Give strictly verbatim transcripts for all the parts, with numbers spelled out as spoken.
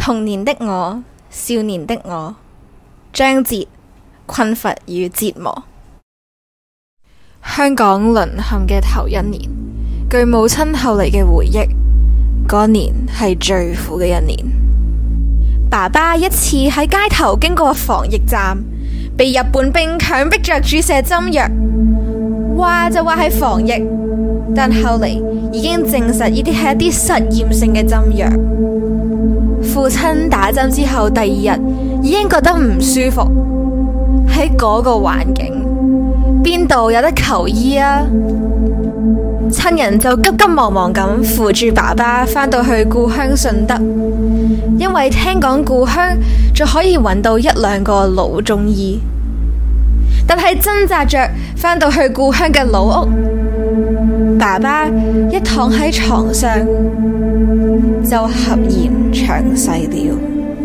童年的我，少年的我，章節：困乏與折磨。香港淪陷嘅頭一年，據母親後嚟嘅回憶，嗰年係最苦嘅一年。爸爸一次喺街頭經過防疫站，被日本兵強迫着注射針藥，話就話係防疫，但後嚟已經證實呢啲係一啲實驗性嘅針藥。父親打針之後第二日已經覺得唔舒服，喺嗰個環境邊度有得求醫啊？親人就急急忙忙咁扶住爸爸返到去故鄉順德，因為聽講故鄉仲可以揾到一兩個老中醫。但係掙扎着返到去故鄉嘅老屋，爸爸一躺喺床上就合然長逝了。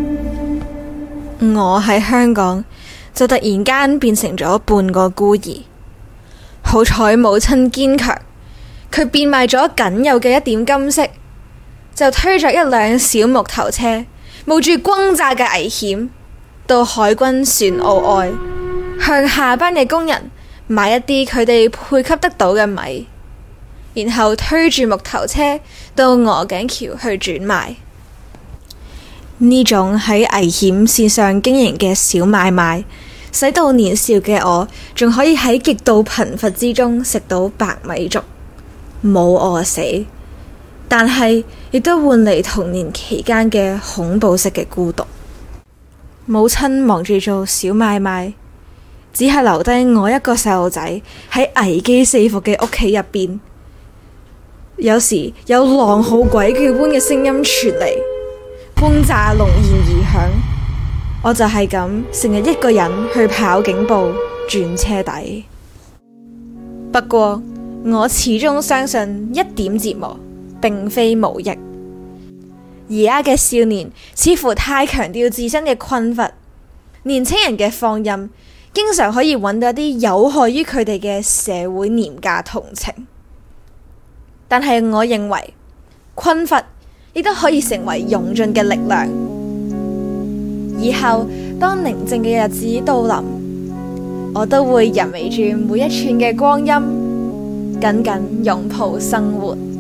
我喺香港就突然間變成咗半個孤兒。好彩母親堅強，佢變賣咗僅有嘅一點金飾，就推着一輛小木頭車，冒住轟炸嘅危險，到海軍船塢外，向下班嘅工人買一啲佢哋配給得到嘅米，然後推住木頭車到鵝頸橋去轉賣。呢種喺危險線上經營嘅小買賣，使到年少嘅我仲可以喺極度貧乏之中食到白米粥，冇餓死，但係亦都換嚟童年期間嘅恐怖式嘅孤獨。母親忙住做小買賣，只係留低我一個細路仔喺危機四伏嘅屋企入邊。有時有狼嚎鬼叫般嘅聲音傳嚟，轟炸隆然而響，我就係咁成日一個人去跑警報轉車底。不過我始終相信一點折磨並非無益。而家嘅少年似乎太強調自身嘅困乏，年輕人嘅放任經常可以揾到一啲有害於佢哋嘅社會廉價同情。但係我認為困乏亦都可以成為勇進嘅力量。以後當寧靜嘅日子到臨，我都會人圍住每一寸嘅光陰，緊緊擁抱生活。